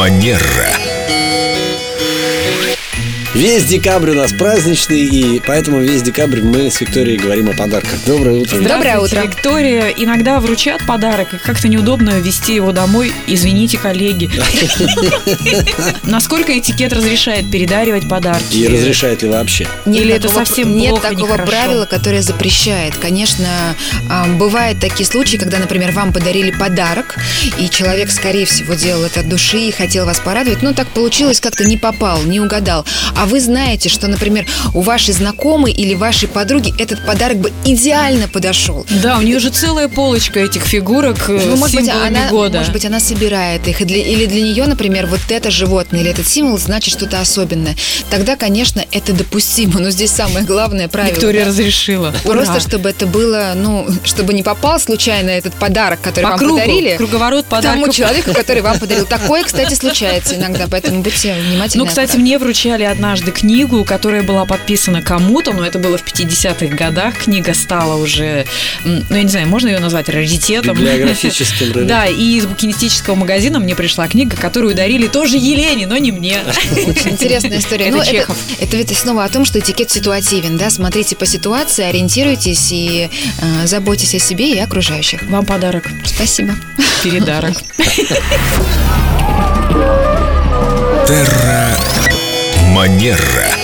Манера. Весь декабрь у нас праздничный, и поэтому весь декабрь мы с Викторией говорим о подарках. Доброе утро. Доброе утро. Виктория. Иногда вручат подарок, и как-то неудобно везти его домой. Извините, коллеги. Насколько этикет разрешает передаривать подарки? И разрешает ли вообще? Или это совсем нет плохо, такого нехорошо? правила, которое запрещает. Конечно, бывают такие случаи, когда, например, вам подарили подарок, и человек, скорее всего, делал это от души и хотел вас порадовать, но так получилось, как-то не попал, не угадал. А вы знаете, что, например, у вашей знакомой или вашей подруги этот подарок бы идеально подошел. Да, у нее же целая полочка этих фигурок Ну, с может быть, символами года. Может быть, она собирает их, или для нее, например, вот это животное или этот символ значит что-то особенное. Тогда, конечно, это допустимо. Но здесь самое главное правило. Виктория разрешила. Просто Ура. чтобы это было, чтобы не попал случайно этот подарок, который По вам кругу, подарили, круговорот к тому подарков. человеку, который вам подарил. Такое, кстати, случается иногда, поэтому будьте внимательны. Ну, кстати, мне вручали однажды книгу, которая была подписана кому-то, но это было в 50-х годах. Книга стала уже, я не знаю, можно ее назвать раритетом? Библиографическим раритетом. Да, и из букинистического магазина мне пришла книга, которую дарили тоже Елене, но не мне. Очень интересная история. Это Чехов. Это ведь снова о том, что этикет ситуативен, да? Смотрите по ситуации, ориентируйтесь и заботьтесь о себе и окружающих. Вам подарок. Спасибо. Передарок. Манера.